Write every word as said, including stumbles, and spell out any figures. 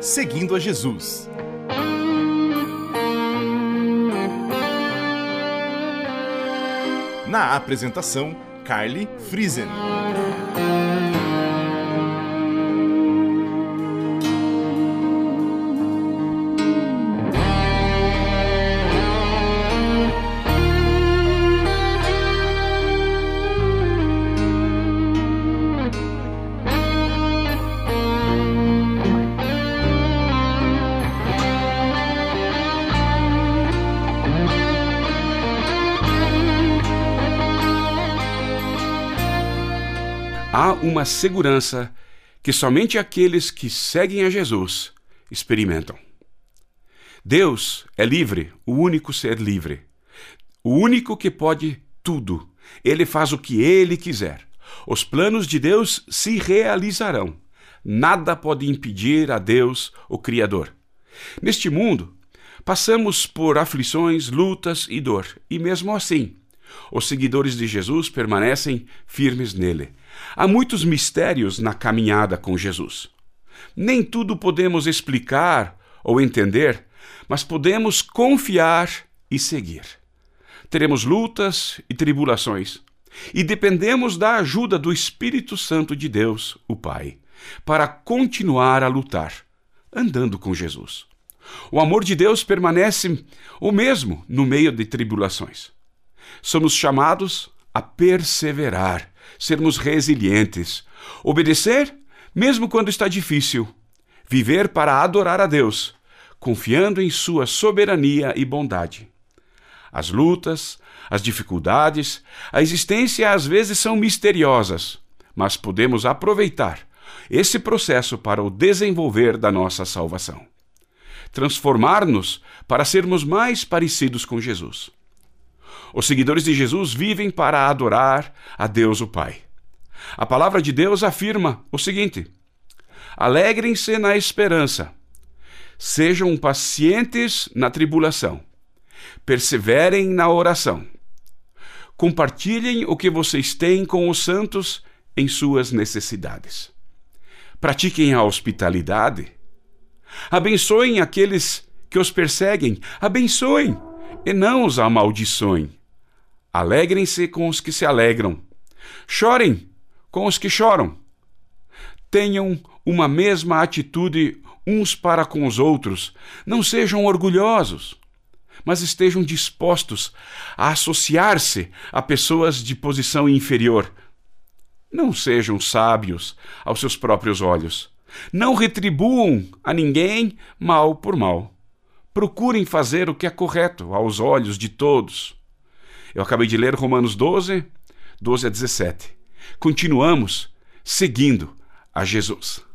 Seguindo a Jesus. Na apresentação, Carly Friesen. Há uma segurança que somente aqueles que seguem a Jesus experimentam. Deus é livre, o único ser livre. O único que pode tudo. Ele faz o que Ele quiser. Os planos de Deus se realizarão. Nada pode impedir a Deus, o Criador. Neste mundo, passamos por aflições, lutas e dor. E mesmo assim, os seguidores de Jesus permanecem firmes nele. Há muitos mistérios na caminhada com Jesus. Nem tudo podemos explicar ou entender, mas podemos confiar e seguir. Teremos lutas e tribulações, e dependemos da ajuda do Espírito Santo de Deus, o Pai, para continuar a lutar, andando com Jesus. O amor de Deus permanece o mesmo no meio de tribulações. Somos chamados a perseverar, sermos resilientes, obedecer mesmo quando está difícil, viver para adorar a Deus, confiando em sua soberania e bondade. As lutas, as dificuldades, a existência às vezes são misteriosas, mas podemos aproveitar esse processo para o desenvolver da nossa salvação. Transformar-nos para sermos mais parecidos com Jesus. Os seguidores de Jesus vivem para adorar a Deus o Pai. A palavra de Deus afirma o seguinte: alegrem-se na esperança, sejam pacientes na tribulação, perseverem na oração, compartilhem o que vocês têm com os santos em suas necessidades. Pratiquem a hospitalidade, abençoem aqueles que os perseguem, abençoem e não os amaldiçoem. Alegrem-se com os que se alegram. Chorem com os que choram. Tenham uma mesma atitude uns para com os outros. Não sejam orgulhosos, mas estejam dispostos a associar-se a pessoas de posição inferior. Não sejam sábios aos seus próprios olhos. Não retribuam a ninguém mal por mal. Procurem fazer o que é correto aos olhos de todos. Eu acabei de ler Romanos doze, doze a dezessete. Continuamos seguindo a Jesus.